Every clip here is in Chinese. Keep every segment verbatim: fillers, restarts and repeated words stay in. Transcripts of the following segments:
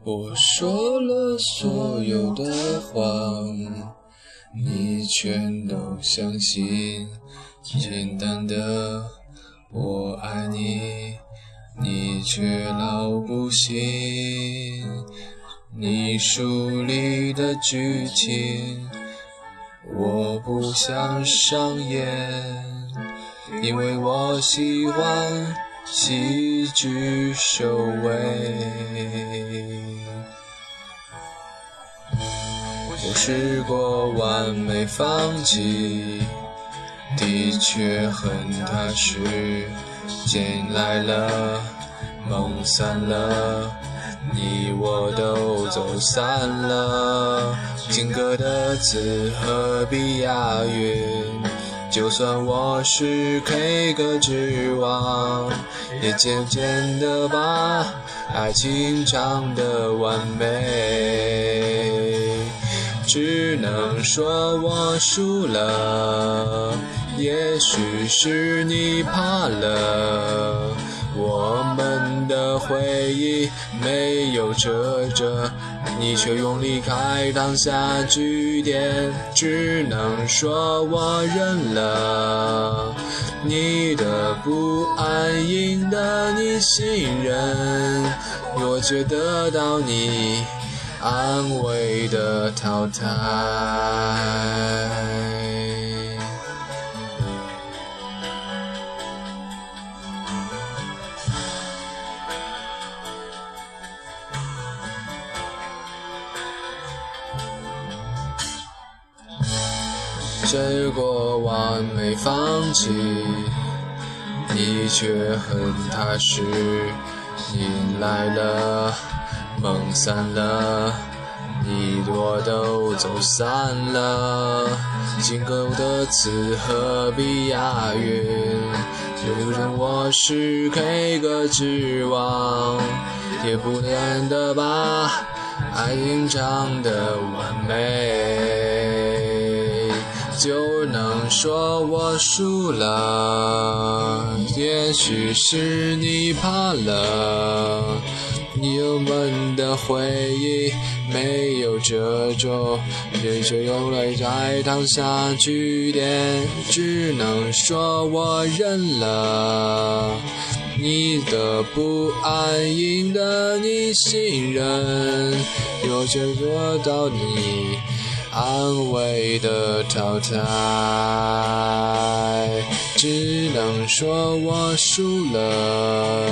我说了所有的谎，你全都相信。简单的我爱你，你却老不信。你书里的剧情我不想上演，因为我喜欢戏剧收尾。我试过完美放弃，的确很踏实，进来了，梦散了，你我都走散了。情歌的词何必押韵，就算我是 K 歌之王，也渐渐地把爱情唱得完美。只能说我输了，也许是你怕了，我们的回忆没有遮着，你却用离开当下句点。只能说我认了，你的不安赢得你信任，我却得到你安慰的淘汰。结果完美放弃，你却很踏实，迎来了，梦散了，你我都走散了。情歌的词何必押韵，就算我是 K 歌之王，也不能的把爱情唱得完美。就能说我输了，也许是你怕了，你们的回忆没有遮住，也却用来在当下句点。只能说我认了，你的不安赢得你信任，我却得到你安慰的淘汰。只能说我输了。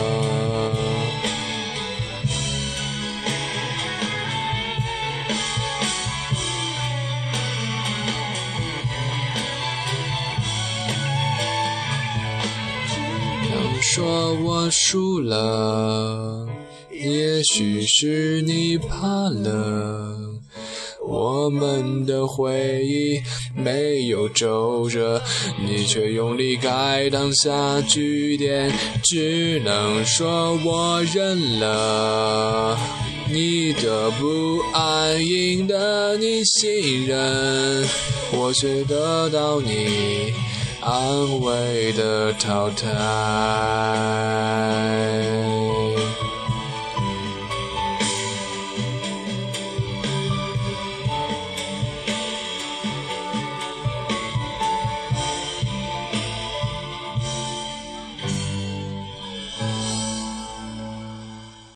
说我输了，也许是你怕了，我们的回忆没有皱着，你却用离开当下句点。只能说我认了，你的不安赢得你信任，我却得到你安慰的淘汰。